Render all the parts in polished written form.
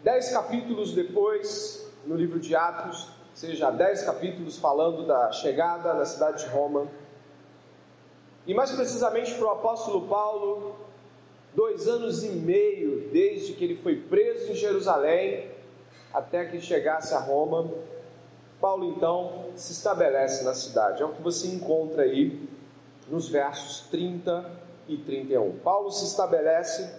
10 capítulos depois, no livro de Atos, ou seja, 10 capítulos falando da chegada na cidade de Roma, e mais precisamente para o apóstolo Paulo, 2 anos e meio desde que ele foi preso em Jerusalém até que chegasse a Roma, Paulo então se estabelece na cidade. É o que você encontra aí nos versos 30 e 31. Paulo se estabelece.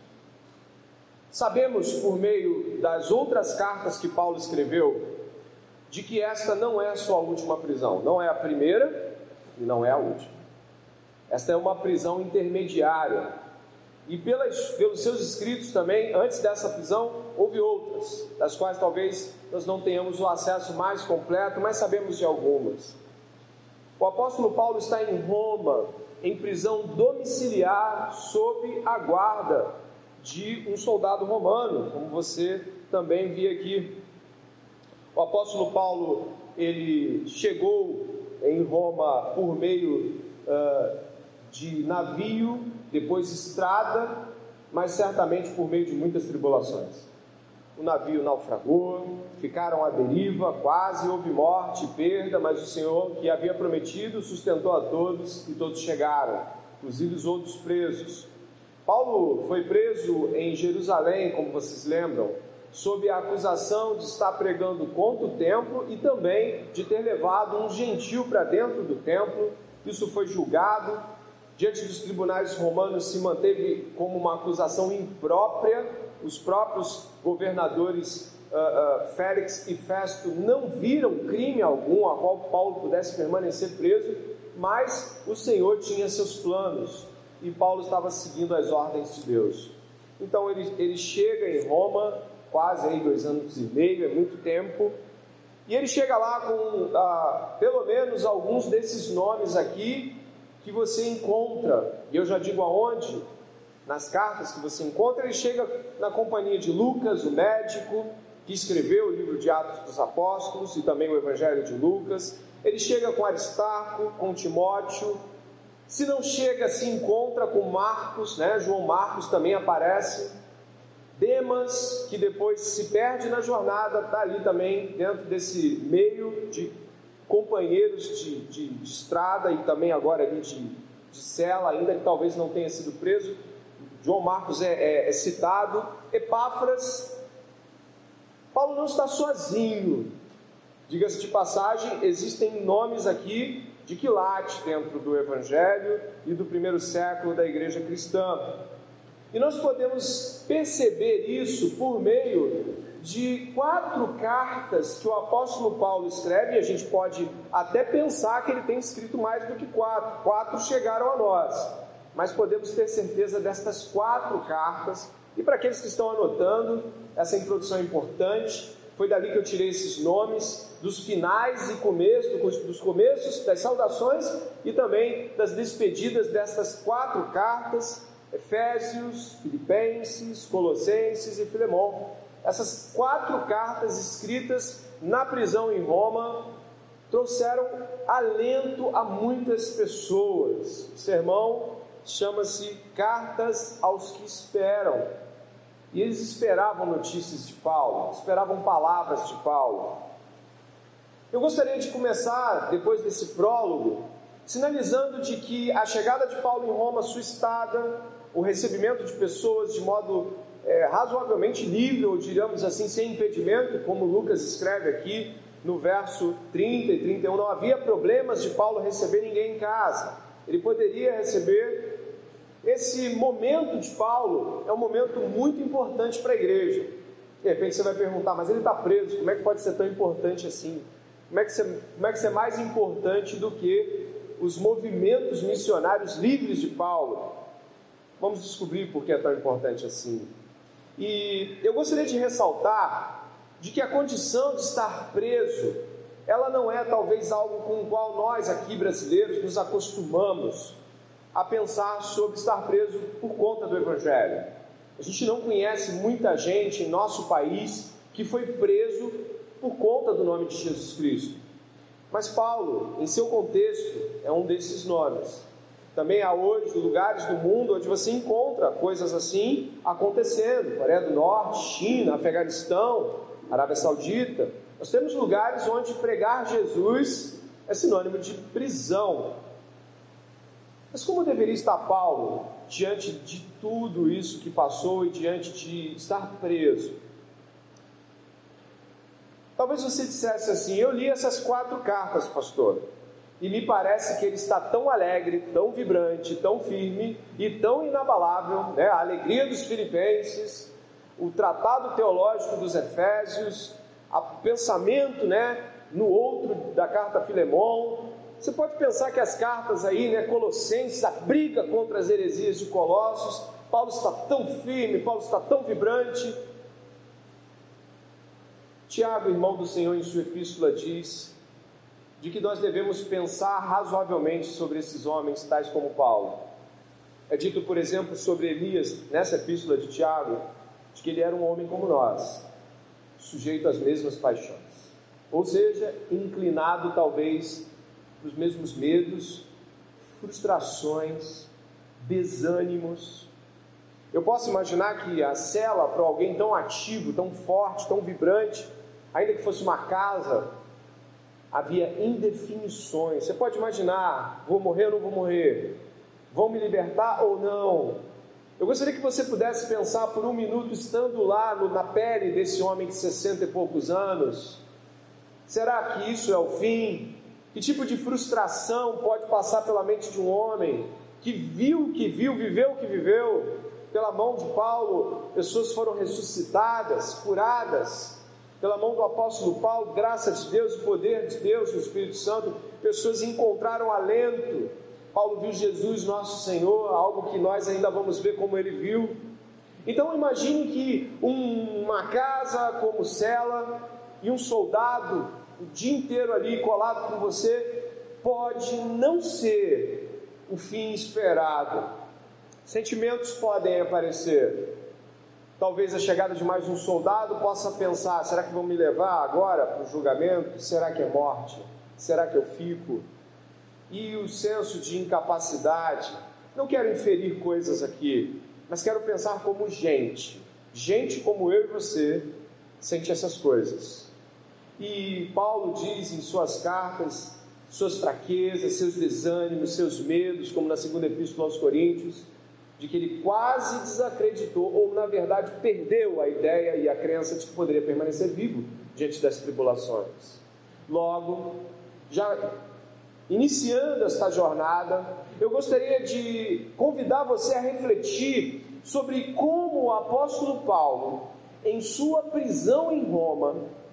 Sabemos por meio das outras cartas que Paulo escreveu de que esta não é a sua última prisão, não é a primeira e não é a última. Esta é uma prisão intermediária. E pelos seus escritos também, antes dessa prisão, houve outras, das quais talvez nós não tenhamos o acesso mais completo, mas sabemos de algumas. O apóstolo Paulo está em Roma, em prisão domiciliar, sob a guarda de um soldado romano, como você também viu aqui. O apóstolo Paulo, ele chegou em Roma por meio de navio, depois estrada, mas certamente por meio de muitas tribulações. O navio naufragou, ficaram à deriva, quase houve morte e perda, mas o Senhor, que havia prometido, sustentou a todos e todos chegaram, inclusive os outros presos. Paulo foi preso em Jerusalém, como vocês lembram, sob a acusação de estar pregando contra o templo e também de ter levado um gentil para dentro do templo. Isso foi julgado diante dos tribunais romanos, se manteve como uma acusação imprópria. Os próprios governadores Félix e Festo não viram crime algum a qual Paulo pudesse permanecer preso, mas o Senhor tinha seus planos e Paulo estava seguindo as ordens de Deus. Então ele chega em Roma, quase aí 2 anos e meio, é muito tempo, e ele chega lá com pelo menos alguns desses nomes aqui que você encontra, e eu já digo aonde, nas cartas que você encontra. Ele chega na companhia de Lucas, o médico, que escreveu o livro de Atos dos Apóstolos e também o Evangelho de Lucas. Ele chega com Aristarco, com Timóteo. Se não chega, se encontra com Marcos, né? João Marcos também aparece. Demas, que depois se perde na jornada, está ali também dentro desse meio de companheiros de estrada e também agora ali de cela, ainda que talvez não tenha sido preso. João Marcos é citado. Epáfras. Paulo não está sozinho. Diga-se de passagem, existem nomes aqui de quilate dentro do Evangelho e do primeiro século da igreja cristã. E nós podemos perceber isso por meio de 4 cartas que o apóstolo Paulo escreve, e a gente pode até pensar que ele tem escrito mais do que 4. 4 chegaram a nós, mas podemos ter certeza destas 4 cartas. E para aqueles que estão anotando, essa introdução é importante. Foi dali que eu tirei esses nomes, dos finais e dos começos, das saudações e também das despedidas destas 4 cartas: Efésios, Filipenses, Colossenses e Filemão. Essas 4 cartas escritas na prisão em Roma trouxeram alento a muitas pessoas. O sermão chama-se Cartas aos que Esperam. E eles esperavam notícias de Paulo, esperavam palavras de Paulo. Eu gostaria de começar, depois desse prólogo, sinalizando de que a chegada de Paulo em Roma, sua estada, o recebimento de pessoas de modo razoavelmente livre, ou diríamos assim, sem impedimento, como Lucas escreve aqui no verso 30 e 31, não havia problemas de Paulo receber ninguém em casa. Ele poderia receber. Esse momento de Paulo é um momento muito importante para a igreja. De repente você vai perguntar, mas ele está preso, como é que pode ser tão importante assim? Como é que ser mais importante do que os movimentos missionários livres de Paulo? Vamos descobrir por que é tão importante assim. E eu gostaria de ressaltar de que a condição de estar preso, ela não é talvez algo com o qual nós aqui brasileiros nos acostumamos a pensar sobre estar preso por conta do Evangelho. A gente não conhece muita gente em nosso país que foi preso por conta do nome de Jesus Cristo. Mas Paulo, em seu contexto, é um desses nomes. Também há hoje lugares do mundo onde você encontra coisas assim acontecendo. Coreia do Norte, China, Afeganistão, Arábia Saudita. Nós temos lugares onde pregar Jesus é sinônimo de prisão. Mas como deveria estar Paulo diante de tudo isso que passou e diante de estar preso? Talvez você dissesse assim: eu li essas 4 cartas, pastor, e me parece que ele está tão alegre, tão vibrante, tão firme e tão inabalável, né? A alegria dos Filipenses, o tratado teológico dos Efésios, o pensamento, né, no outro da carta a Filemon. Você pode pensar que as cartas aí, né, Colossenses, a briga contra as heresias de Colossos, Paulo está tão firme, Paulo está tão vibrante. Tiago, irmão do Senhor, em sua epístola diz de que nós devemos pensar razoavelmente sobre esses homens, tais como Paulo. É dito, por exemplo, sobre Elias, nessa epístola de Tiago, de que ele era um homem como nós, sujeito às mesmas paixões, ou seja, inclinado talvez para os mesmos medos, frustrações, desânimos. Eu posso imaginar que a cela para alguém tão ativo, tão forte, tão vibrante, ainda que fosse uma casa, havia indefinições. Você pode imaginar: vou morrer ou não vou morrer? Vão me libertar ou não? Eu gostaria que você pudesse pensar por um minuto, estando lá na pele desse homem de 60 e poucos anos. Será que isso é o fim? Que tipo de frustração pode passar pela mente de um homem que viu o que viu, viveu o que viveu? Pela mão de Paulo, pessoas foram ressuscitadas, curadas. Pela mão do apóstolo Paulo, graça de Deus, o poder de Deus, o Espírito Santo, pessoas encontraram alento. Paulo viu Jesus, nosso Senhor, algo que nós ainda vamos ver como ele viu. Então imagine que uma casa como cela e um soldado o dia inteiro ali colado com você, pode não ser o fim esperado. Sentimentos podem aparecer. Talvez a chegada de mais um soldado possa pensar: será que vão me levar agora para o julgamento? Será que é morte? Será que eu fico? E o senso de incapacidade. Não quero inferir coisas aqui, mas quero pensar como gente como eu e você sente essas coisas. E Paulo diz em suas cartas suas fraquezas, seus desânimos, seus medos, como na segunda epístola aos Coríntios, de que ele quase desacreditou, ou na verdade perdeu a ideia e a crença de que poderia permanecer vivo diante das tribulações. Logo, já iniciando esta jornada, eu gostaria de convidar você a refletir sobre como o apóstolo Paulo, em sua prisão em Roma,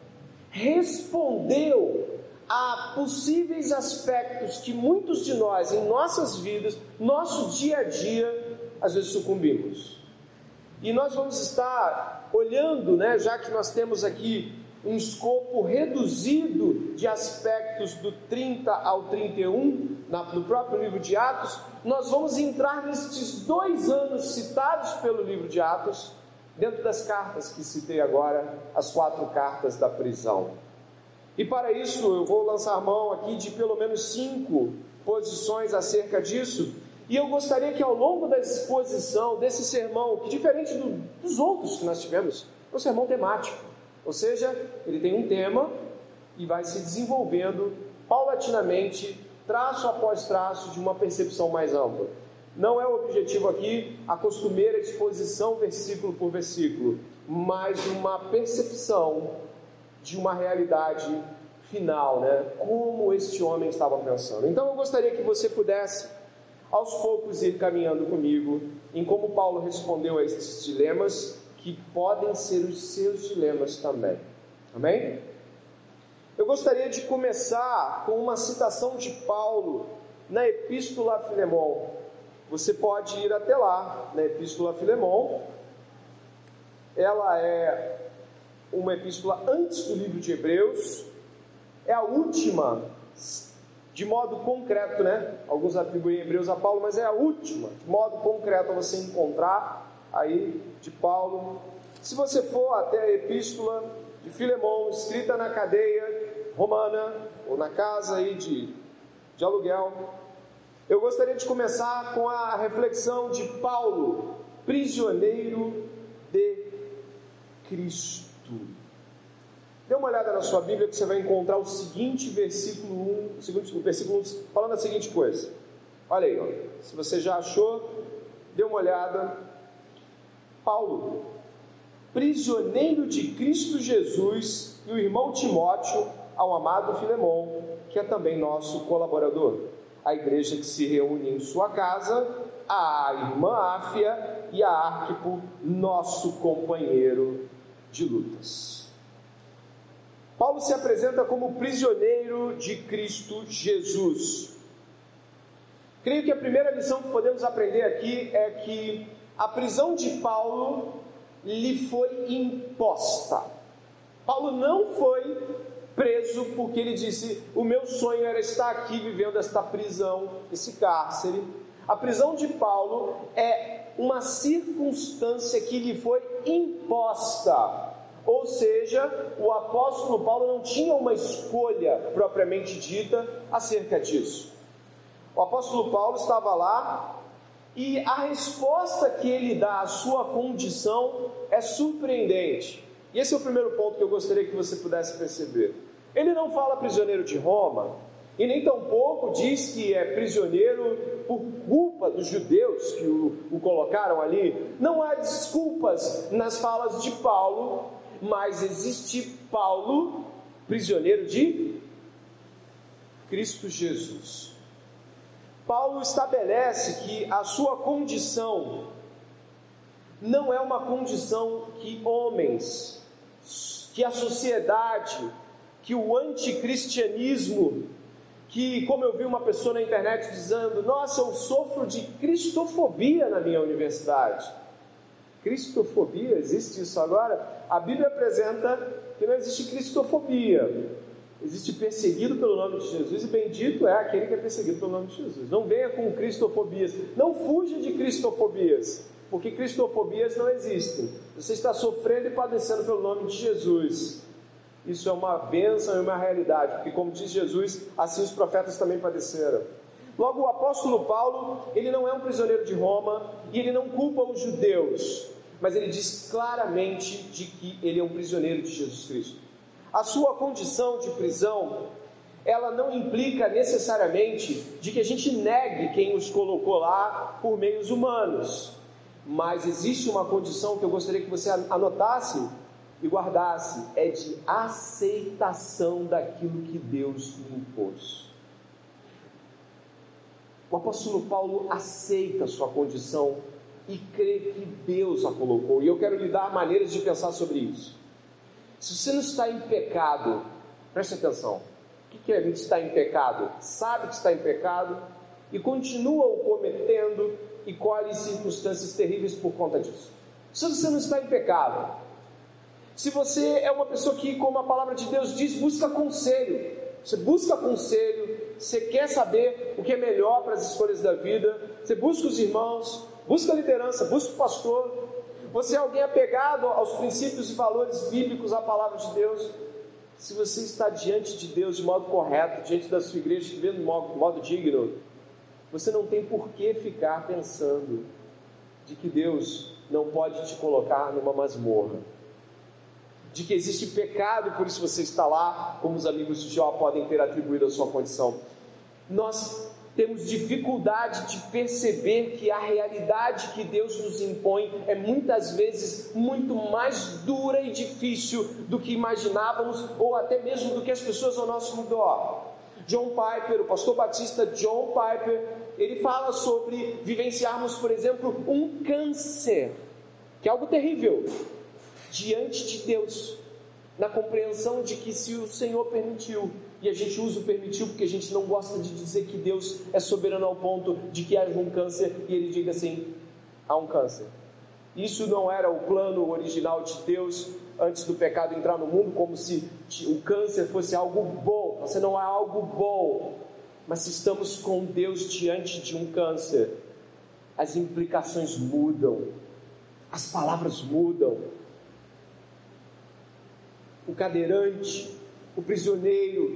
respondeu a possíveis aspectos que muitos de nós, em nossas vidas, nosso dia a dia, às vezes sucumbimos. E nós vamos estar olhando, né, já que nós temos aqui um escopo reduzido de aspectos do 30 ao 31, no próprio livro de Atos, nós vamos entrar nestes 2 anos citados pelo livro de Atos, dentro das cartas que citei agora, as 4 cartas da prisão. E para isso eu vou lançar mão aqui de pelo menos 5 posições acerca disso, e eu gostaria que ao longo da exposição desse sermão, que diferente dos outros que nós tivemos, é um sermão temático, ou seja, ele tem um tema e vai se desenvolvendo paulatinamente, traço após traço, de uma percepção mais ampla. Não é o objetivo aqui a costumeira exposição versículo por versículo, mas uma percepção de uma realidade final, né? Como este homem estava pensando. Então eu gostaria que você pudesse, aos poucos, ir caminhando comigo em como Paulo respondeu a esses dilemas, que podem ser os seus dilemas também. Amém? Eu gostaria de começar com uma citação de Paulo na Epístola a Filemon. Você pode ir até lá, na Epístola a Filemon. Ela é uma epístola antes do livro de Hebreus, é a última, de modo concreto, né? Alguns atribuem Hebreus a Paulo, mas é a última, de modo concreto, a você encontrar aí de Paulo. Se você for até a epístola de Filemon, escrita na cadeia romana, ou na casa aí de aluguel, Eu gostaria de começar com a reflexão de Paulo, prisioneiro de Cristo. Dê uma olhada na sua Bíblia que você vai encontrar o seguinte versículo 1, o versículo 1 falando a seguinte coisa. Olha aí, ó. Se você já achou, dê uma olhada. Paulo, prisioneiro de Cristo Jesus, e o irmão Timóteo, ao amado Filemon, que é também nosso colaborador, a igreja que se reúne em sua casa, a irmã Áfia e a Arquipo, nosso companheiro de lutas. Paulo se apresenta como prisioneiro de Cristo Jesus. Creio que a primeira lição que podemos aprender aqui é que a prisão de Paulo lhe foi imposta. Paulo não foi preso porque ele disse: o meu sonho era estar aqui vivendo esta prisão, esse cárcere. A prisão de Paulo é uma circunstância que lhe foi imposta. Ou seja, o apóstolo Paulo não tinha uma escolha propriamente dita acerca disso. O apóstolo Paulo estava lá e a resposta que ele dá à sua condição é surpreendente. E esse é o primeiro ponto que eu gostaria que você pudesse perceber. Ele não fala prisioneiro de Roma, e nem tampouco diz que é prisioneiro por culpa dos judeus que o colocaram ali. Não há desculpas nas falas de Paulo, mas existe Paulo, prisioneiro de Cristo Jesus. Paulo estabelece que a sua condição não é uma condição que homens, que a sociedade, que o anticristianismo, que, como eu vi uma pessoa na internet dizendo: nossa, eu sofro de cristofobia na minha universidade. Cristofobia? Existe isso agora? A Bíblia apresenta que não existe cristofobia. Existe perseguido pelo nome de Jesus, e bendito é aquele que é perseguido pelo nome de Jesus. Não venha com cristofobias, não fuja de cristofobias, porque cristofobias não existem. Você está sofrendo e padecendo pelo nome de Jesus. Isso é uma bênção e uma realidade, porque, como diz Jesus, assim os profetas também padeceram. Logo, o apóstolo Paulo, ele não é um prisioneiro de Roma, e ele não culpa os judeus, mas ele diz claramente de que ele é um prisioneiro de Jesus Cristo. A sua condição de prisão, ela não implica necessariamente de que a gente negue quem os colocou lá por meios humanos, mas existe uma condição que eu gostaria que você anotasse e guardasse, é de aceitação daquilo que Deus lhe impôs. O apóstolo Paulo aceita a sua condição e crê que Deus a colocou, e eu quero lhe dar maneiras de pensar sobre isso. Se você não está em pecado, preste atenção. O que é estar em pecado? Sabe que está em pecado e continua o cometendo e colhe circunstâncias terríveis por conta disso. Se você não está em pecado, se você é uma pessoa que, como a palavra de Deus diz, busca conselho, você busca conselho, você quer saber o que é melhor para as escolhas da vida, você busca os irmãos, busca a liderança, busca o pastor, você é alguém apegado aos princípios e valores bíblicos, à palavra de Deus. Se você está diante de Deus de modo correto, diante da sua igreja, vivendo de modo digno, você não tem por que ficar pensando de que Deus não pode te colocar numa masmorra, de que existe pecado, por isso você está lá, como os amigos de Jó podem ter atribuído a sua condição. Nós temos dificuldade de perceber que a realidade que Deus nos impõe é muitas vezes muito mais dura e difícil do que imaginávamos, ou até mesmo do que as pessoas ao nosso redor. John Piper, o pastor batista John Piper, ele fala sobre vivenciarmos, por exemplo, um câncer, que é algo terrível, diante de Deus, na compreensão de que se o Senhor permitiu, e a gente usa o permitiu porque a gente não gosta de dizer que Deus é soberano ao ponto de que haja um câncer e Ele diga assim: há um câncer. Isso não era o plano original de Deus antes do pecado entrar no mundo, como se o câncer fosse algo bom. Você não é algo bom, mas se estamos com Deus diante de um câncer, as implicações mudam, as palavras mudam. O cadeirante, o prisioneiro,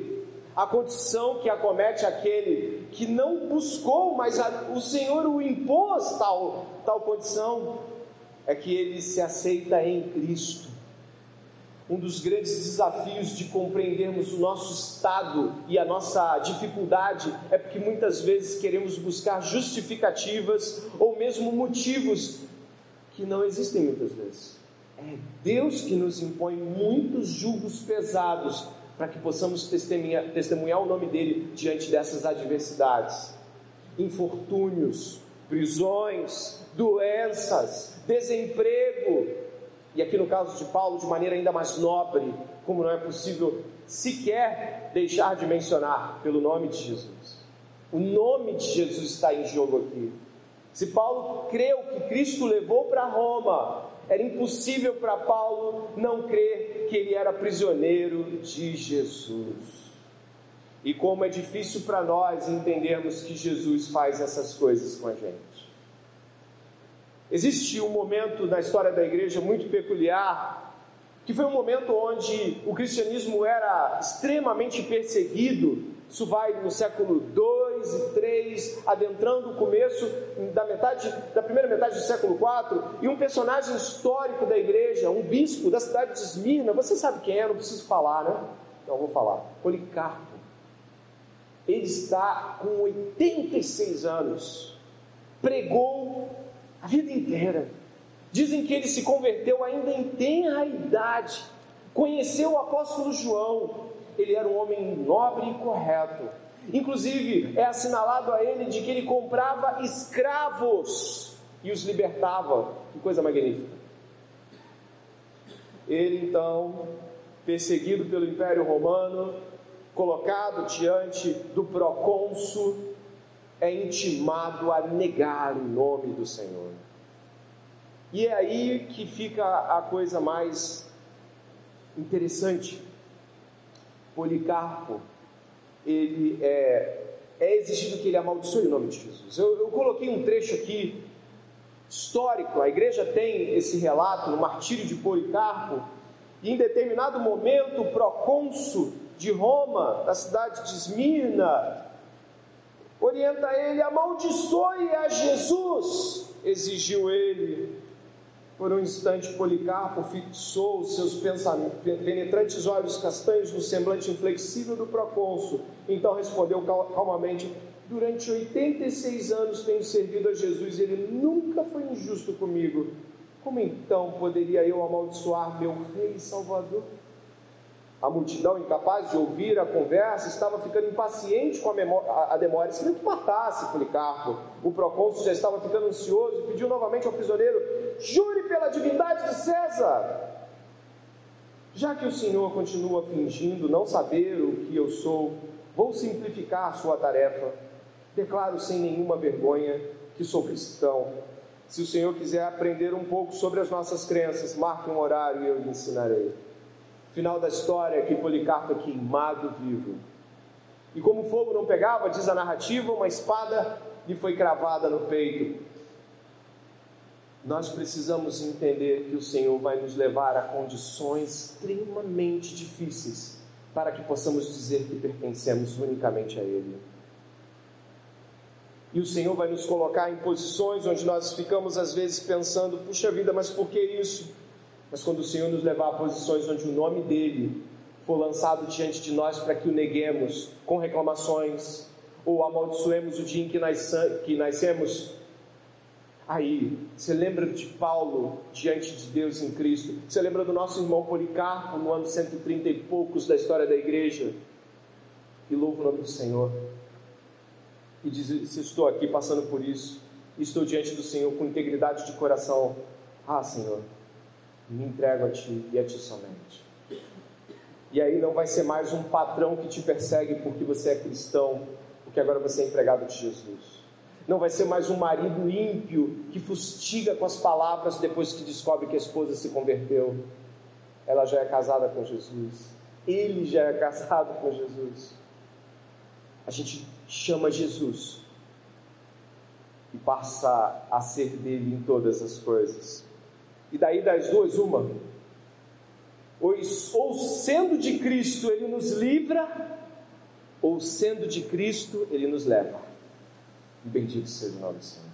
A condição que acomete aquele que não buscou, mas o Senhor o impôs tal condição, é que ele se aceita em Cristo. Um dos grandes desafios de compreendermos o nosso estado e a nossa dificuldade é porque muitas vezes queremos buscar justificativas ou mesmo motivos que não existem muitas vezes. É Deus que nos impõe muitos julgos pesados para que possamos testemunhar o nome dele diante dessas adversidades. Infortúnios, prisões, doenças, desemprego. E aqui no caso de Paulo, de maneira ainda mais nobre, como não é possível sequer deixar de mencionar pelo nome de Jesus. O nome de Jesus está em jogo aqui. Se Paulo creu que Cristo levou para Roma, era impossível para Paulo não crer que ele era prisioneiro de Jesus. E como é difícil para nós entendermos que Jesus faz essas coisas com a gente. Existe um momento na história da igreja muito peculiar, que foi um momento onde o cristianismo era extremamente perseguido. Isso vai no século 2 e 3, adentrando o começo da primeira metade do século 4, e um personagem histórico da igreja, um bispo da cidade de Esmirna, você sabe quem é, não preciso falar, né? Então vou falar, Policarpo. Ele está com 86 anos, pregou a vida inteira. Dizem que ele se converteu ainda em tenra idade, conheceu o apóstolo João. Ele era um homem nobre e correto. Inclusive é assinalado a ele de que ele comprava escravos e os libertava. Que coisa magnífica. Ele então, perseguido pelo Império Romano, colocado diante do procônsul, é intimado a negar o nome do Senhor. E é aí que fica a coisa mais interessante. Policarpo, ele é exigido que ele amaldiçoe o nome de Jesus. Eu coloquei um trecho aqui histórico. A igreja tem esse relato no martírio de Policarpo, e em determinado momento o procônsul de Roma, da cidade de Esmirna, orienta ele: amaldiçoe a Jesus, exigiu ele. Por um instante Policarpo fixou os seus penetrantes olhos castanhos no semblante inflexível do procônsul. Então respondeu calmamente: durante 86 anos tenho servido a Jesus e ele nunca foi injusto comigo. Como então poderia eu amaldiçoar meu rei e salvador? A multidão, incapaz de ouvir a conversa, estava ficando impaciente com a demora. Se não que matasse Policarpo. O procônsul já estava ficando ansioso e pediu novamente ao prisioneiro: jure pela divindade de César. Já que o senhor continua fingindo não saber o que eu sou, vou simplificar a sua tarefa. Declaro sem nenhuma vergonha que sou cristão. Se o senhor quiser aprender um pouco sobre as nossas crenças, marque um horário e eu lhe ensinarei. Final da história é que Policarpo é queimado vivo. E como o fogo não pegava, diz a narrativa, uma espada lhe foi cravada no peito. Nós precisamos entender que o Senhor vai nos levar a condições extremamente difíceis para que possamos dizer que pertencemos unicamente a Ele. E o Senhor vai nos colocar em posições onde nós ficamos às vezes pensando: puxa vida, mas por que isso? Mas quando o Senhor nos levar a posições onde o nome dEle for lançado diante de nós para que o neguemos com reclamações, ou amaldiçoemos o dia em que nascemos, aí você lembra de Paulo diante de Deus em Cristo, você lembra do nosso irmão Policarpo no ano 130 e poucos da história da igreja, e louva o nome do Senhor, e diz: se estou aqui passando por isso, estou diante do Senhor com integridade de coração, Senhor, me entrego a Ti e a Ti somente. E aí não vai ser mais um patrão que te persegue porque você é cristão, porque agora você é empregado de Jesus. Não vai ser mais um marido ímpio que fustiga com as palavras depois que descobre que a esposa se converteu. Ela já é casada com Jesus. Ele já é casado com Jesus. A gente chama Jesus e passa a ser dele em todas as coisas. E daí das duas, uma: ou sendo de Cristo ele nos livra, ou sendo de Cristo, Ele nos leva. Bendito seja o nome do Senhor.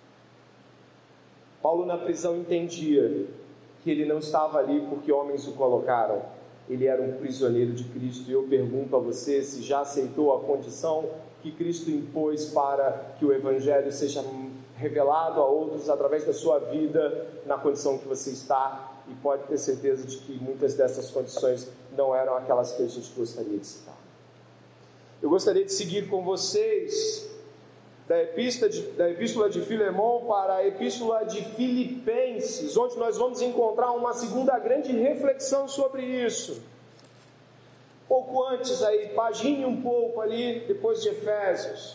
Paulo na prisão entendia que ele não estava ali porque homens o colocaram, ele era um prisioneiro de Cristo. E eu pergunto a você se já aceitou a condição que Cristo impôs para que o Evangelho seja revelado a outros através da sua vida, na condição que você está, e pode ter certeza de que muitas dessas condições não eram aquelas que a gente gostaria de citar. Eu gostaria de seguir com vocês da Epístola de Filemão para a Epístola de Filipenses, onde nós vamos encontrar uma segunda grande reflexão sobre isso. Pouco antes aí, pagine um pouco ali, depois de Efésios.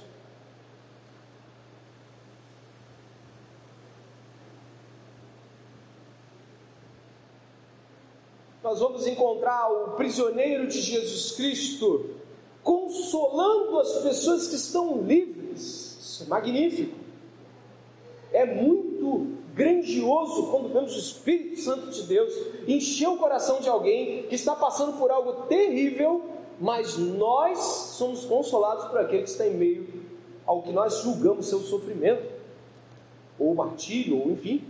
Nós vamos encontrar o prisioneiro de Jesus Cristo consolando as pessoas que estão livres. Isso é magnífico. É muito grandioso quando vemos o Espírito Santo de Deus encher o coração de alguém que está passando por algo terrível, mas nós somos consolados por aquele que está em meio ao que nós julgamos ser o sofrimento, ou o martírio, ou enfim.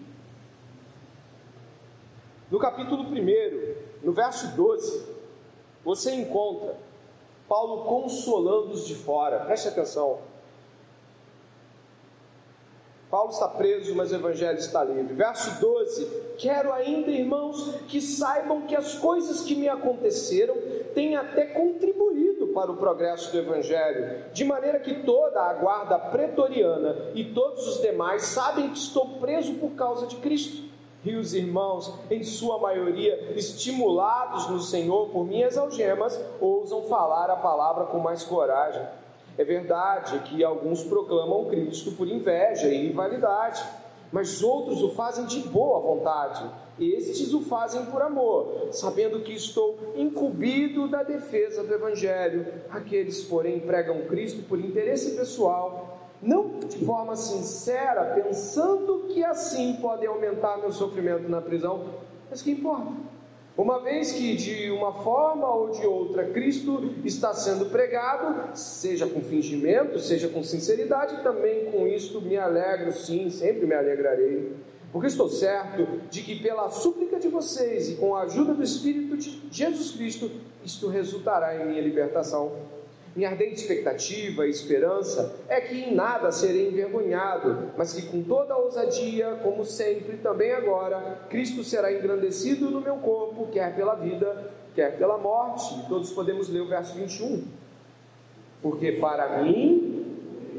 No capítulo 1, no verso 12, você encontra Paulo consolando os de fora. Preste atenção. Paulo está preso, mas o Evangelho está livre. Verso 12: quero ainda, irmãos, que saibam que as coisas que me aconteceram têm até contribuído para o progresso do Evangelho, de maneira que toda a guarda pretoriana e todos os demais sabem que estou preso por causa de Cristo. E os irmãos, em sua maioria, estimulados no Senhor por minhas algemas, ousam falar a palavra com mais coragem. É verdade que alguns proclamam Cristo por inveja e rivalidade, mas outros o fazem de boa vontade. Estes o fazem por amor, sabendo que estou incumbido da defesa do Evangelho. Aqueles, porém, pregam Cristo por interesse pessoal, não de forma sincera, pensando que assim podem aumentar meu sofrimento na prisão. Mas que importa? Uma vez que de uma forma ou de outra Cristo está sendo pregado, seja com fingimento, seja com sinceridade, também com isto me alegro, sim, sempre me alegrarei, porque estou certo de que pela súplica de vocês e com a ajuda do Espírito de Jesus Cristo, isto resultará em minha libertação. Minha ardente expectativa e esperança é que em nada serei envergonhado, mas que com toda a ousadia, como sempre, também agora, Cristo será engrandecido no meu corpo, quer pela vida, quer pela morte. E todos podemos ler o verso 21. Porque para mim,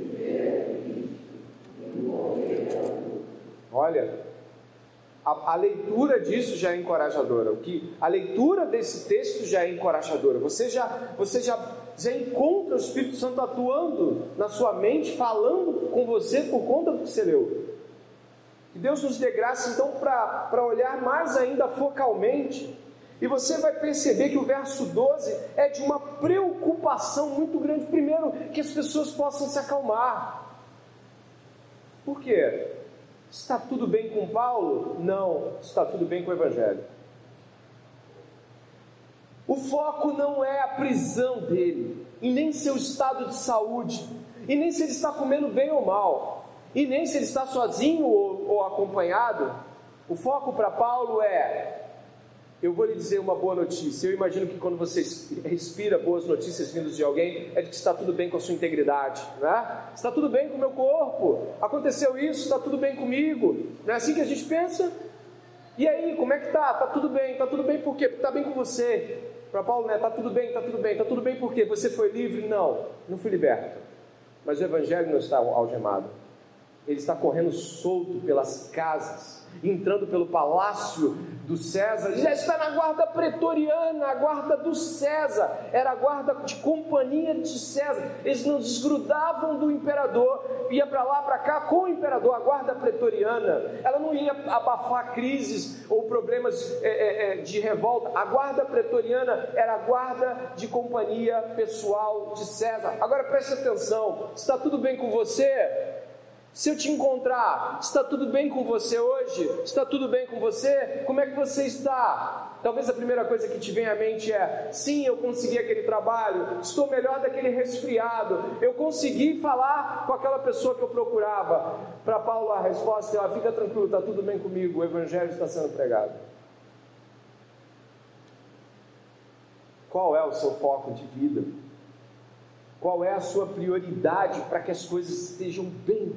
olha, a leitura disso já é encorajadora. A leitura desse texto já é encorajadora. Você já encontra o Espírito Santo atuando na sua mente, falando com você por conta do que você leu. Que Deus nos dê graça então para olhar mais ainda focalmente. E você vai perceber que o verso 12 é de uma preocupação muito grande. Primeiro, que as pessoas possam se acalmar. Por quê? Está tudo bem com Paulo? Não, está tudo bem com o Evangelho. O foco não é a prisão dele, e nem seu estado de saúde, e nem se ele está comendo bem ou mal, e nem se ele está sozinho ou acompanhado. O foco para Paulo é: eu vou lhe dizer uma boa notícia. Eu imagino que quando você respira boas notícias vindas de alguém, é de que está tudo bem com a sua integridade, né? Está tudo bem com o meu corpo, aconteceu isso, está tudo bem comigo. Não é assim que a gente pensa? E aí, como é que está? Está tudo bem por quê? Porque está bem com você. Para Paulo, né? Está tudo bem por quê? Você foi livre? Não fui liberto. Mas o Evangelho não está algemado. Ele está correndo solto pelas casas, entrando pelo palácio do César, já está na guarda pretoriana, a guarda do César, era a guarda de companhia de César. Eles não desgrudavam do imperador, ia para lá, para cá com o imperador. A guarda pretoriana, ela não ia abafar crises ou problemas de revolta. A guarda pretoriana era a guarda de companhia pessoal de César. Agora preste atenção, está tudo bem com você? Se eu te encontrar, está tudo bem com você hoje? Está tudo bem com você? Como é que você está? Talvez a primeira coisa que te vem à mente é: sim, eu consegui aquele trabalho, estou melhor daquele resfriado, eu consegui falar com aquela pessoa que eu procurava. Para Paulo a resposta é: fica tranquilo, está tudo bem comigo, o Evangelho está sendo pregado. Qual é o seu foco de vida? Qual é a sua prioridade para que as coisas estejam bem?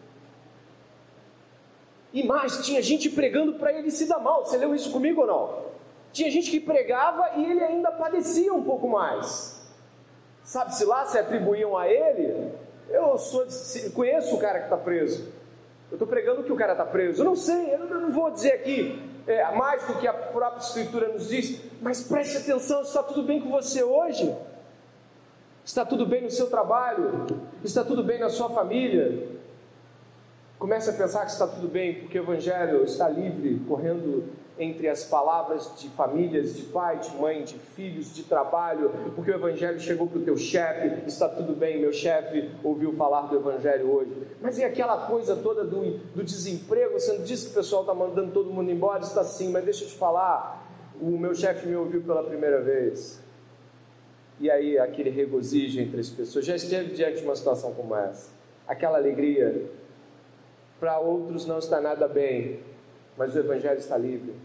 E mais, tinha gente pregando para ele se dar mal. Você leu isso comigo ou não? Tinha gente que pregava e ele ainda padecia um pouco mais. Sabe-se lá se atribuíam a ele? Conheço o cara que está preso. Eu estou pregando que o cara está preso. Eu não sei, eu não vou dizer aqui mais do que a própria Escritura nos diz, mas preste atenção, está tudo bem com você hoje? Está tudo bem no seu trabalho? Está tudo bem na sua família? Comece a pensar que está tudo bem, porque o Evangelho está livre, correndo entre as palavras de famílias, de pai, de mãe, de filhos, de trabalho, porque o Evangelho chegou para o teu chefe. Está tudo bem, meu chefe ouviu falar do Evangelho hoje. Mas e aquela coisa toda do desemprego? Você não disse que o pessoal está mandando todo mundo embora? Está sim, mas deixa eu te falar, o meu chefe me ouviu pela primeira vez. E aí aquele regozijo entre as pessoas. Já esteve diante de uma situação como essa? Aquela alegria. Para outros não está nada bem, mas o Evangelho está livre.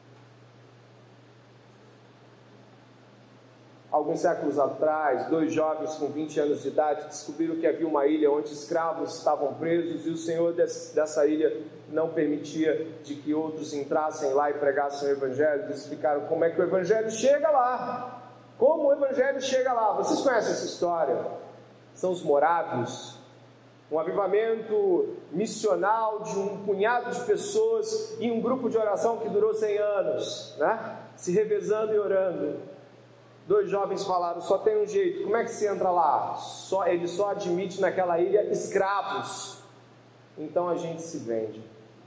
Alguns séculos atrás, 2 jovens com 20 anos de idade descobriram que havia uma ilha onde escravos estavam presos, e o Senhor dessa ilha não permitia de que outros entrassem lá e pregassem o Evangelho. Eles ficaram: como é que o Evangelho chega lá? Como o Evangelho chega lá? Vocês conhecem essa história? São os morávios. Um avivamento missional de um punhado de pessoas em um grupo de oração que durou 100 anos, né? Se revezando e orando. 2 jovens falaram: só tem um jeito. Como é que se entra lá? Ele só admite naquela ilha escravos. Então a gente se vende.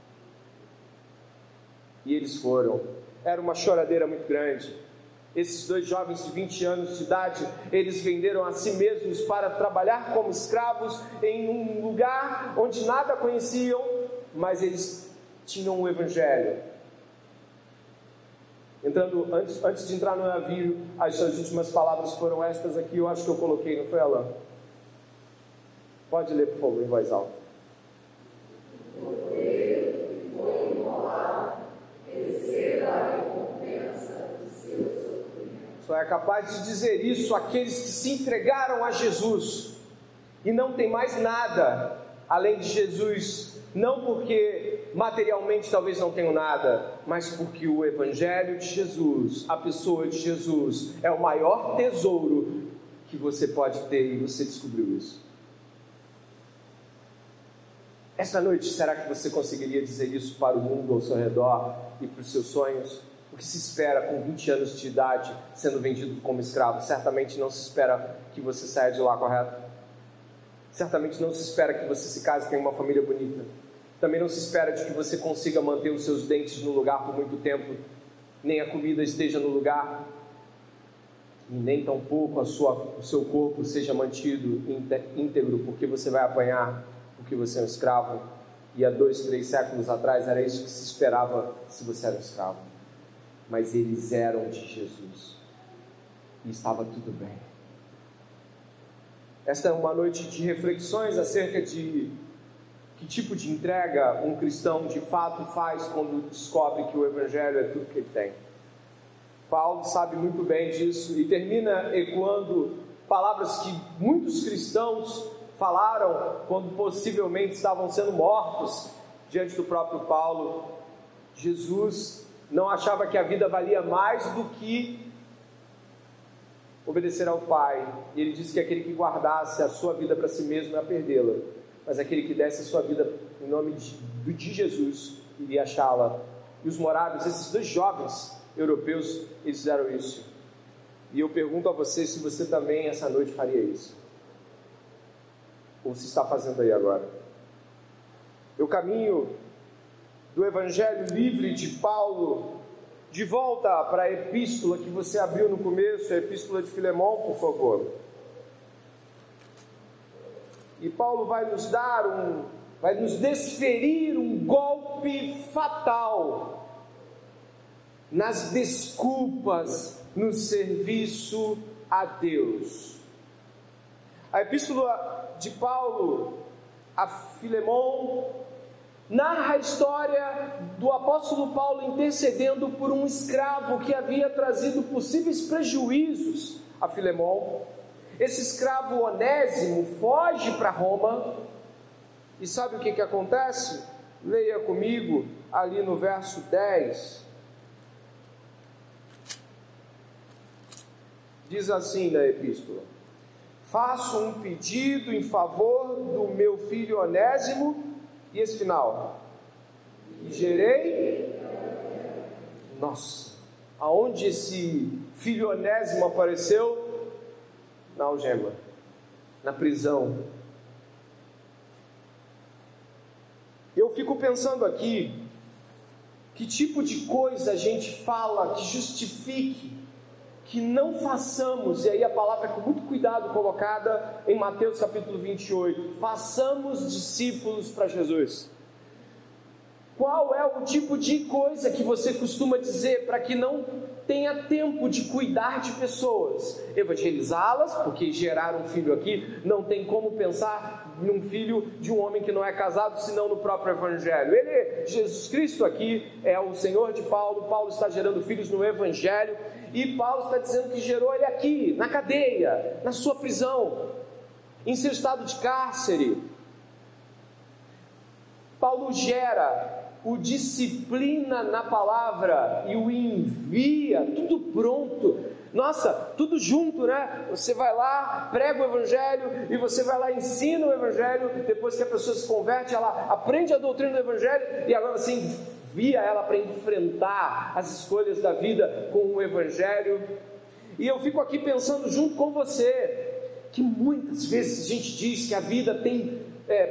E eles foram. Era uma choradeira muito grande. Esses 2 jovens de 20 anos de idade, eles venderam a si mesmos para trabalhar como escravos em um lugar onde nada conheciam, mas eles tinham o Evangelho. Antes de entrar no navio, as suas últimas palavras foram estas aqui. Eu acho que eu coloquei, não foi, Alain? Pode ler, por favor, em voz alta. Só é capaz de dizer isso aqueles que se entregaram a Jesus e não tem mais nada além de Jesus, não porque materialmente talvez não tenham nada, mas porque o Evangelho de Jesus, a pessoa de Jesus, é o maior tesouro que você pode ter, e você descobriu isso. Esta noite, será que você conseguiria dizer isso para o mundo ao seu redor e para os seus sonhos? O que se espera com 20 anos de idade sendo vendido como escravo? Certamente não se espera que você saia de lá, correto? Certamente não se espera que você se case e tenha uma família bonita. Também não se espera de que você consiga manter os seus dentes no lugar por muito tempo, nem a comida esteja no lugar, e nem tampouco o seu corpo seja mantido íntegro, porque você vai apanhar, porque você é um escravo. E há 2, 3 séculos atrás era isso que se esperava se você era um escravo. Mas eles eram de Jesus e estava tudo bem. Esta é uma noite de reflexões acerca de que tipo de entrega um cristão de fato faz quando descobre que o Evangelho é tudo que ele tem. Paulo sabe muito bem disso e termina ecoando palavras que muitos cristãos falaram quando possivelmente estavam sendo mortos diante do próprio Paulo. Jesus não achava que a vida valia mais do que obedecer ao Pai, e ele disse que aquele que guardasse a sua vida para si mesmo ia perdê-la, mas aquele que desse a sua vida em nome de Jesus iria achá-la. E os morávios, esses 2 jovens europeus, eles fizeram isso. E eu pergunto a você se você também essa noite faria isso, ou se está fazendo aí agora. Eu caminho do Evangelho livre de Paulo de volta para a epístola que você abriu no começo, a epístola de Filemão, por favor. E Paulo vai nos dar vai nos desferir um golpe fatal nas desculpas no serviço a Deus. A epístola de Paulo a Filemon narra a história do apóstolo Paulo intercedendo por um escravo que havia trazido possíveis prejuízos a Filemon. Esse escravo Onésimo foge para Roma, e sabe o que acontece? Leia comigo ali no verso 10. Diz assim na epístola: faço um pedido em favor do meu filho Onésimo, e esse final, e gerei, nossa, aonde esse filho Onésimo apareceu? Na algema, na prisão. Eu fico pensando aqui, que tipo de coisa a gente fala que justifique que não façamos, e aí a palavra é com muito cuidado colocada em Mateus capítulo 28, façamos discípulos para Jesus. Qual é o tipo de coisa que você costuma dizer para que não tenha tempo de cuidar de pessoas? Evangelizá-las, porque gerar um filho aqui, não tem como pensar num filho de um homem que não é casado, senão no próprio Evangelho. Jesus Cristo aqui é o Senhor de Paulo. Paulo está gerando filhos no Evangelho, e Paulo está dizendo que gerou ele aqui, na cadeia, na sua prisão, em seu estado de cárcere. Paulo gera, o disciplina na palavra e o envia, tudo pronto. Nossa, tudo junto, né? Você vai lá, prega o Evangelho, e você vai lá, ensina o Evangelho. Depois que a pessoa se converte, ela aprende a doutrina do Evangelho, e agora você envia ela para enfrentar as escolhas da vida com o Evangelho. E eu fico aqui pensando junto com você, que muitas vezes a gente diz que a vida tem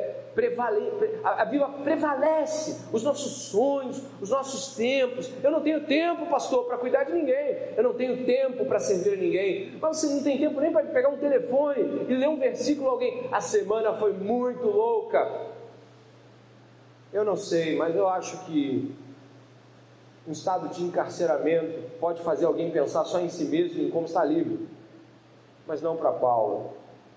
a vida prevalece, os nossos sonhos, os nossos tempos. Eu não tenho tempo, pastor, para cuidar de ninguém, eu não tenho tempo para servir ninguém. Mas você não tem tempo nem para pegar um telefone e ler um versículo a alguém. A semana foi muito louca. Eu não sei, mas eu acho que um estado de encarceramento pode fazer alguém pensar só em si mesmo, em como está livre, mas não para Paulo.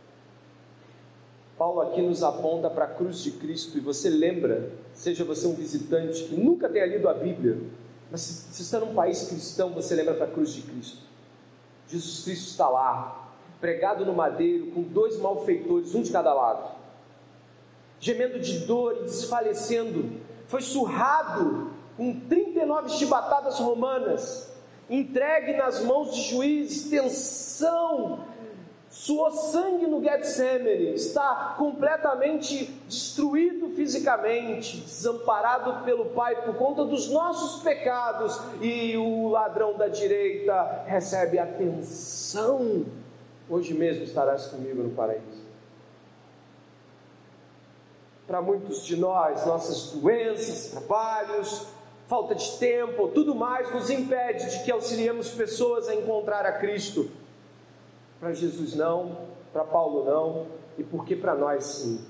Paulo aqui nos aponta para a cruz de Cristo, e você lembra, seja você um visitante que nunca tenha lido a Bíblia, mas se está num país cristão, você lembra para a cruz de Cristo. Jesus Cristo está lá, pregado no madeiro, com 2 malfeitores, um de cada lado, gemendo de dor e desfalecendo. Foi surrado com 39 chibatadas romanas, entregue nas mãos de juízes, tensão, suou sangue no Getsemane, está completamente destruído fisicamente, desamparado pelo Pai por conta dos nossos pecados, e o ladrão da direita recebe atenção. Hoje mesmo estarás comigo no paraíso. Para muitos de nós, nossas doenças, trabalhos, falta de tempo, tudo mais nos impede de que auxiliemos pessoas a encontrar a Cristo. Para Jesus não, para Paulo não, e por que para nós sim?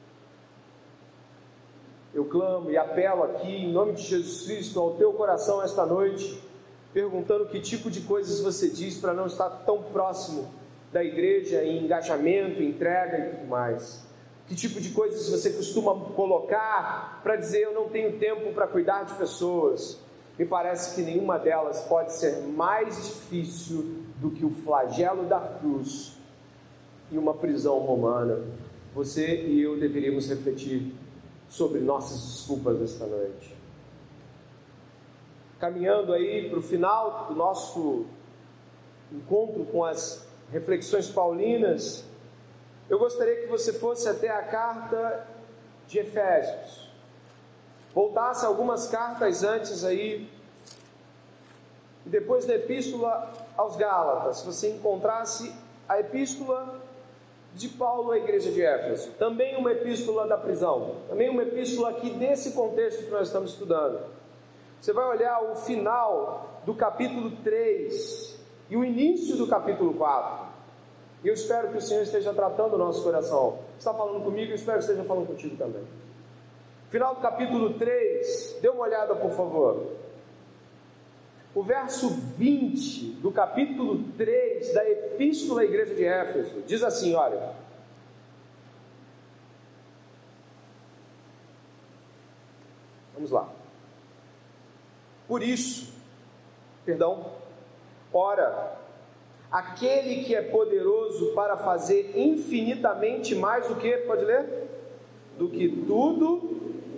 Eu clamo e apelo aqui em nome de Jesus Cristo ao teu coração esta noite, perguntando que tipo de coisas você diz para não estar tão próximo da igreja em engajamento, entrega e tudo mais. Que tipo de coisas você costuma colocar para dizer eu não tenho tempo para cuidar de pessoas? Me parece que nenhuma delas pode ser mais difícil do que o flagelo da cruz e uma prisão romana. Você e eu deveríamos refletir sobre nossas desculpas esta noite. Caminhando aí para o final do nosso encontro com as reflexões paulinas, eu gostaria que você fosse até a carta de Efésios, voltasse algumas cartas antes aí, e depois da epístola aos Gálatas, você encontrasse a epístola de Paulo à igreja de Éfeso, também uma epístola da prisão, também uma epístola aqui desse contexto que nós estamos estudando. Você vai olhar o final do capítulo 3 e o início do capítulo 4, e eu espero que o Senhor esteja tratando o nosso coração. Está falando comigo, eu espero que esteja falando contigo também. Final do capítulo 3, dê uma olhada por favor. O verso 20 do capítulo 3 da Epístola à Igreja de Éfeso diz assim, olha: vamos lá. Ora, aquele que é poderoso para fazer infinitamente mais o que? Pode ler? Do que tudo.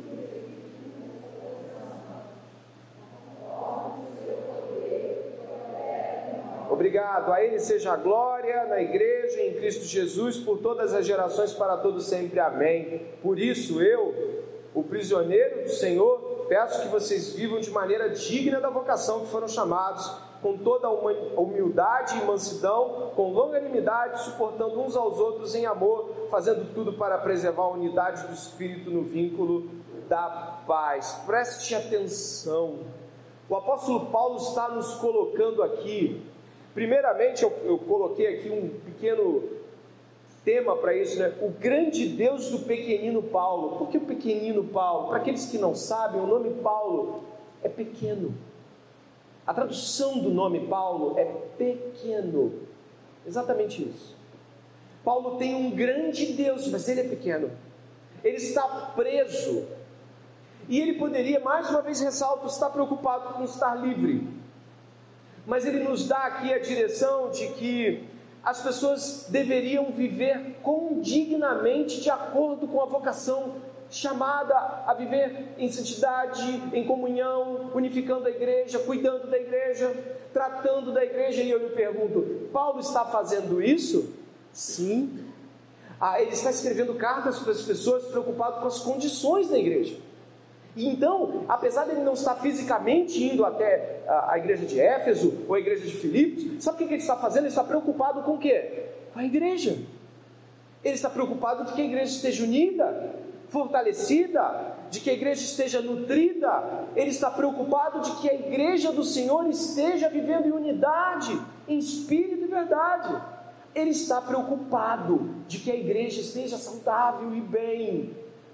Obrigado, a Ele seja a glória na igreja, em Cristo Jesus, por todas as gerações, para todos sempre, amém. Por isso eu, o prisioneiro do Senhor, peço que vocês vivam de maneira digna da vocação que foram chamados, com toda a humildade e mansidão, com longanimidade, suportando uns aos outros em amor, fazendo tudo para preservar a unidade do Espírito no vínculo da paz. Preste atenção, o apóstolo Paulo está nos colocando aqui. Primeiramente, eu coloquei aqui um pequeno tema para isso, né? O grande Deus do pequenino Paulo. Por que o pequenino Paulo? Para aqueles que não sabem, o nome Paulo é pequeno. A tradução do nome Paulo é pequeno. Exatamente isso. Paulo tem um grande Deus, mas ele é pequeno. Ele está preso. E ele poderia, mais uma vez ressalto, estar preocupado com estar livre. Mas ele nos dá aqui a direção de que as pessoas deveriam viver condignamente de acordo com a vocação, chamada a viver em santidade, em comunhão, unificando a igreja, cuidando da igreja, tratando da igreja. E eu lhe pergunto, Paulo está fazendo isso? Sim. Ele está escrevendo cartas para as pessoas, preocupado com as condições da igreja. E então, apesar de ele não estar fisicamente indo até a igreja de Éfeso ou a igreja de Filipos, sabe o que ele está fazendo? Ele está preocupado com o quê? Com a igreja. Ele está preocupado de que a igreja esteja unida, fortalecida, de que a igreja esteja nutrida. Ele está preocupado de que a igreja do Senhor esteja vivendo em unidade, em espírito e verdade. Ele está preocupado de que a igreja esteja saudável e bem.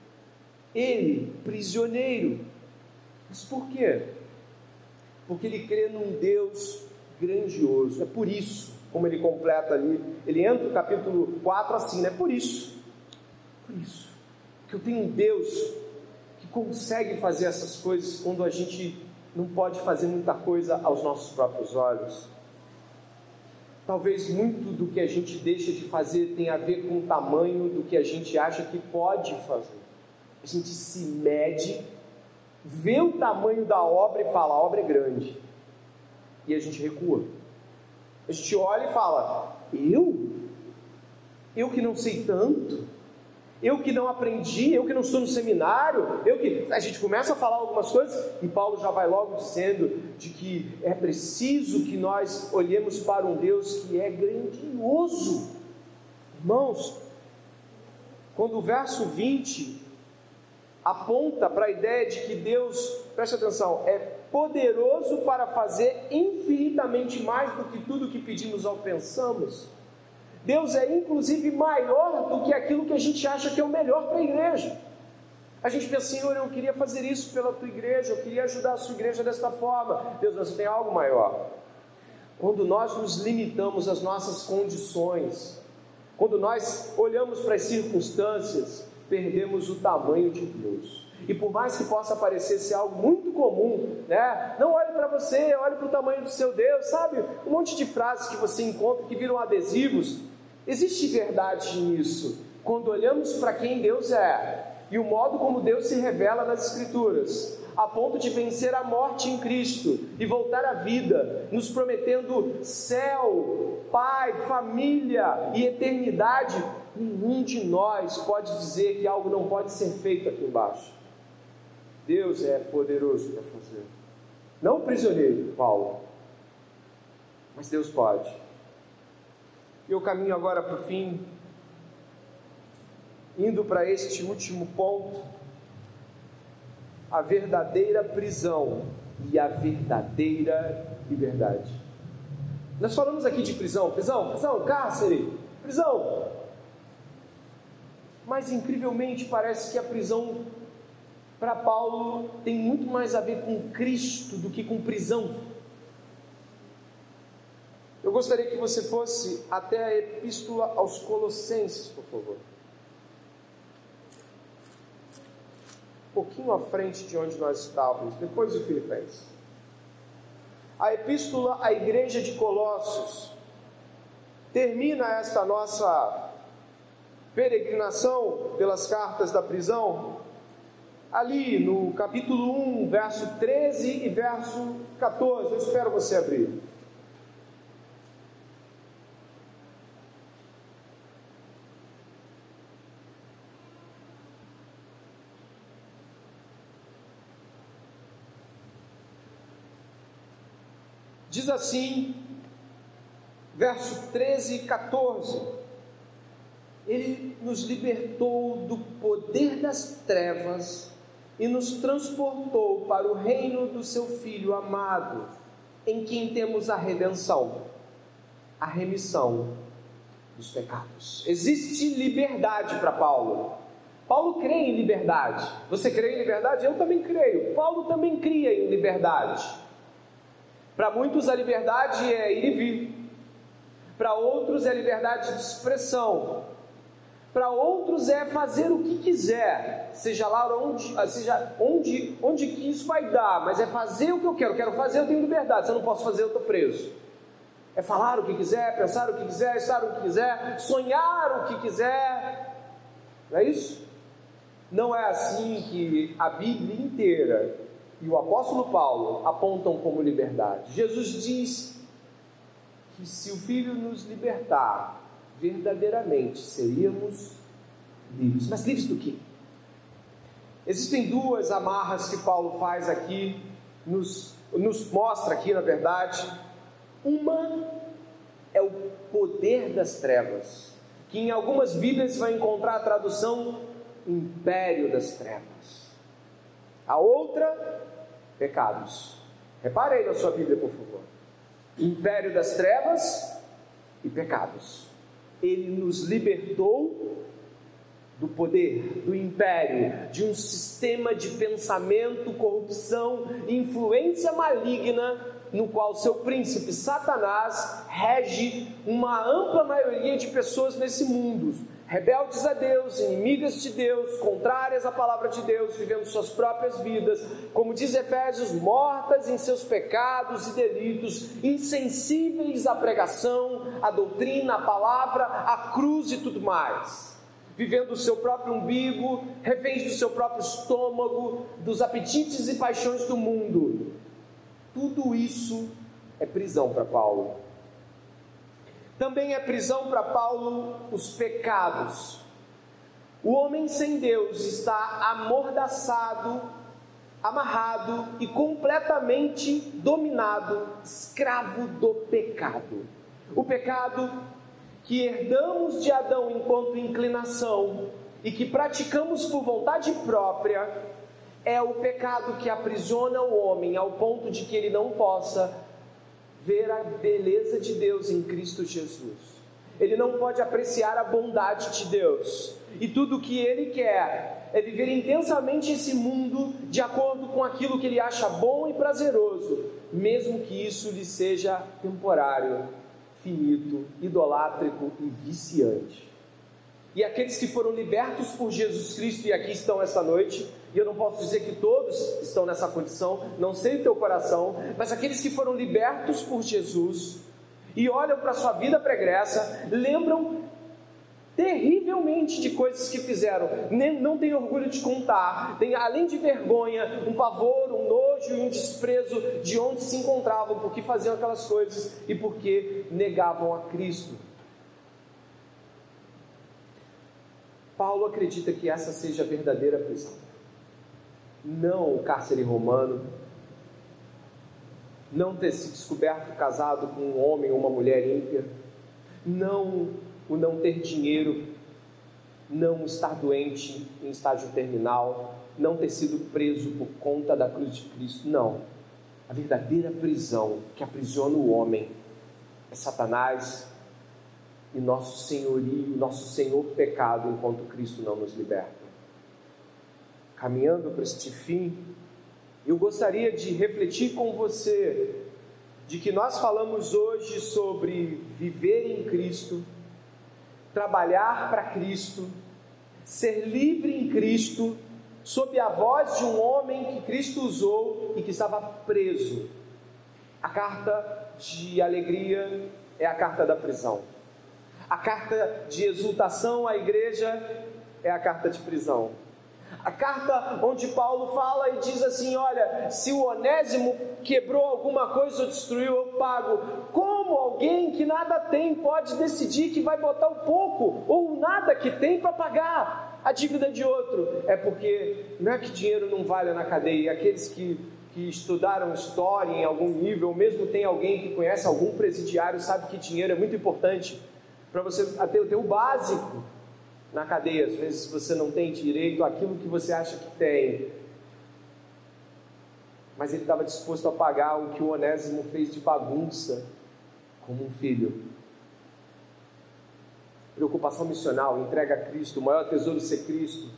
Ele, prisioneiro. Mas por quê? Porque ele crê num Deus grandioso. É por isso, como ele completa ali, ele entra no capítulo 4 assim, né? Por isso, porque eu tenho um Deus que consegue fazer essas coisas quando a gente não pode fazer muita coisa aos nossos próprios olhos. Talvez muito do que a gente deixa de fazer tenha a ver com o tamanho do que a gente acha que pode fazer. A gente se mede, vê o tamanho da obra e fala, a obra é grande, e a gente recua. A gente olha e fala, eu que não sei tanto, eu que não aprendi, eu que não estou no seminário, a gente começa a falar algumas coisas, e Paulo já vai logo dizendo de que é preciso que nós olhemos para um Deus que é grandioso. Irmãos, quando o verso 20 aponta para a ideia de que Deus, preste atenção, é poderoso para fazer infinitamente mais do que tudo que pedimos ou pensamos. Deus é inclusive maior do que aquilo que a gente acha que é o melhor para a igreja. A gente pensa, Senhor, eu queria fazer isso pela tua igreja, eu queria ajudar a sua igreja desta forma. Deus, mas tem algo maior. Quando nós nos limitamos às nossas condições, quando nós olhamos para as circunstâncias, perdemos o tamanho de Deus. E por mais que possa parecer ser algo muito comum, né? Não olhe para você, olhe para o tamanho do seu Deus, sabe? Um monte de frases que você encontra que viram adesivos. Existe verdade nisso. Quando olhamos para quem Deus é e o modo como Deus se revela nas Escrituras, a ponto de vencer a morte em Cristo e voltar à vida, nos prometendo céu, Pai, família e eternidade, nenhum de nós pode dizer que algo não pode ser feito aqui embaixo. Deus é poderoso para fazer. Não o prisioneiro, Paulo, mas Deus pode. E eu caminho agora para o fim, indo para este último ponto, a verdadeira prisão e a verdadeira liberdade. Nós falamos aqui de prisão, cárcere, prisão. Mas incrivelmente parece que a prisão para Paulo tem muito mais a ver com Cristo do que com prisão. Eu gostaria que você fosse até a Epístola aos Colossenses, por favor. Um pouquinho à frente de onde nós estávamos, depois de Filipenses. A Epístola à Igreja de Colossos termina esta nossa peregrinação pelas cartas da prisão, ali no capítulo 1, verso 13 e verso 14. Eu espero você abrir. Diz assim, verso 13 e 14: Ele nos libertou do poder das trevas e nos transportou para o reino do seu Filho amado, em quem temos a redenção, a remissão dos pecados. Existe liberdade para Paulo. Paulo crê em liberdade. Você crê em liberdade? Eu também creio. Paulo também cria em liberdade. Para muitos a liberdade é ir e vir. Para outros é liberdade de expressão. Para outros é fazer o que quiser, seja lá onde que isso vai dar, mas é fazer o que eu quero fazer, eu tenho liberdade. Se eu não posso fazer, eu estou preso. É falar o que quiser, pensar o que quiser, estar o que quiser, sonhar o que quiser. Não é isso? Não é assim que a Bíblia inteira e o apóstolo Paulo apontam como liberdade. Jesus diz que se o Filho nos libertar, verdadeiramente seríamos livres. Mas livres do quê? Existem duas amarras que Paulo faz aqui, nos mostra aqui, na verdade. Uma é o poder das trevas, que em algumas Bíblias vai encontrar a tradução império das trevas. A outra, pecados. Repare aí na sua Bíblia, por favor. Império das trevas e pecados. Ele nos libertou do poder, do império, de um sistema de pensamento, corrupção, influência maligna, no qual seu príncipe Satanás rege uma ampla maioria de pessoas nesse mundo, rebeldes a Deus, inimigas de Deus, contrárias à palavra de Deus, vivendo suas próprias vidas, como diz Efésios, mortas em seus pecados e delitos, insensíveis à pregação, à doutrina, à palavra, à cruz e tudo mais, vivendo o seu próprio umbigo, reféns do seu próprio estômago, dos apetites e paixões do mundo. Tudo isso é prisão para Paulo. Também é prisão para Paulo os pecados. O homem sem Deus está amordaçado, amarrado e completamente dominado, escravo do pecado. O pecado que herdamos de Adão enquanto inclinação e que praticamos por vontade própria, é o pecado que aprisiona o homem ao ponto de que ele não possa ver a beleza de Deus em Cristo Jesus. Ele não pode apreciar a bondade de Deus. E tudo o que ele quer é viver intensamente esse mundo de acordo com aquilo que ele acha bom e prazeroso, mesmo que isso lhe seja temporário, finito, idolátrico e viciante. E aqueles que foram libertos por Jesus Cristo e aqui estão esta noite, e eu não posso dizer que todos estão nessa condição, não sei o teu coração, mas aqueles que foram libertos por Jesus e olham para a sua vida pregressa, lembram terrivelmente de coisas que fizeram, não tem orgulho de contar, tem além de vergonha, um pavor, um nojo e um desprezo de onde se encontravam, porque faziam aquelas coisas e porque negavam a Cristo. Paulo acredita que essa seja a verdadeira prisão, não o cárcere romano, não ter se descoberto casado com um homem ou uma mulher ímpia, não o não ter dinheiro, não estar doente em estágio terminal, não ter sido preso por conta da cruz de Cristo. Não, a verdadeira prisão que aprisiona o homem é Satanás e nosso senhorio, nosso senhor pecado, enquanto Cristo não nos liberta. caminhando para este fim, eu gostaria de refletir com você de que nós falamos hoje sobre viver em Cristo, trabalhar para Cristo, ser livre em Cristo, sob a voz de um homem que Cristo usou e que estava preso. A carta de alegria é a carta da prisão. A carta de exultação à igreja é a carta de prisão. A carta onde Paulo fala e diz assim: olha, se o Onésimo quebrou alguma coisa ou destruiu, eu pago. Como alguém que nada tem pode decidir que vai botar o pouco ou nada que tem para pagar a dívida de outro? É porque não é que dinheiro não vale na cadeia. Aqueles que estudaram história em algum nível, ou mesmo tem alguém que conhece algum presidiário, sabe que dinheiro é muito importante para você ter o básico na cadeia. Às vezes você não tem direito àquilo que você acha que tem, mas ele estava disposto a pagar o que o Onésimo fez de bagunça como um filho. Preocupação missional, entrega a Cristo, o maior tesouro ser Cristo,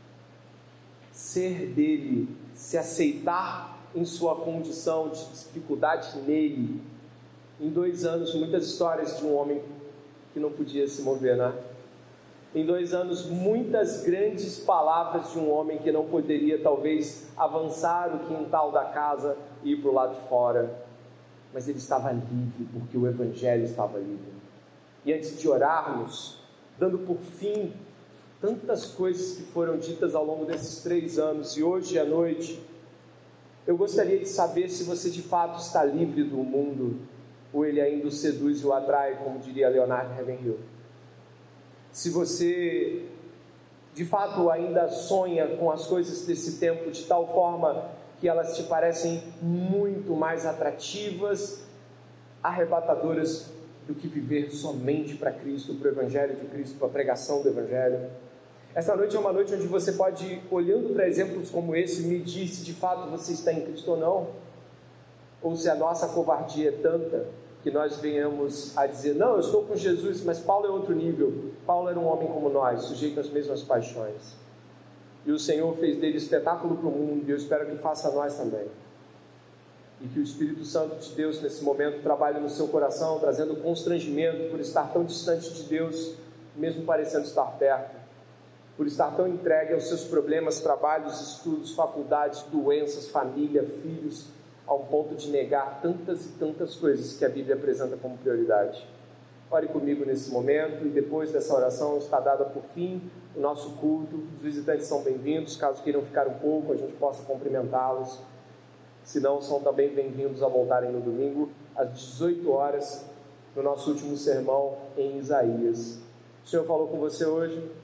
ser dele, se aceitar em sua condição de dificuldade nele. Em 2 anos, muitas histórias de um homem que não podia se mover, né? Em 2 anos, muitas grandes palavras de um homem que não poderia talvez avançar o quintal da casa e ir para o lado de fora, mas ele estava livre, porque o Evangelho estava livre. E antes de orarmos, dando por fim tantas coisas que foram ditas ao longo desses 3 anos, e hoje à noite, eu gostaria de saber se você de fato está livre do mundo, ou ele ainda o seduz e o atrai, como diria Leonard Ravenhill. Se você de fato ainda sonha com as coisas desse tempo de tal forma que elas te parecem muito mais atrativas, arrebatadoras do que viver somente para Cristo, para o Evangelho de Cristo, para a pregação do Evangelho. Essa noite é uma noite onde você pode, olhando para exemplos como esse, medir se de fato você está em Cristo ou não, ou se a nossa covardia é tanta que nós venhamos a dizer: não, eu estou com Jesus, mas Paulo é outro nível. Paulo era um homem como nós, sujeito às mesmas paixões, e o Senhor fez dele espetáculo para o mundo, e eu espero que faça a nós também, e que o Espírito Santo de Deus nesse momento trabalhe no seu coração, trazendo constrangimento por estar tão distante de Deus, mesmo parecendo estar perto, por estar tão entregue aos seus problemas, trabalhos, estudos, faculdades, doenças, família, filhos, a um ponto de negar tantas e tantas coisas que a Bíblia apresenta como prioridade. Ore comigo nesse momento, e depois dessa oração está dada por fim o nosso culto. Os visitantes são bem-vindos, caso queiram ficar um pouco, a gente possa cumprimentá-los. Se não, são também bem-vindos a voltarem no domingo, às 18 horas, no nosso último sermão em Isaías. O Senhor falou com você hoje?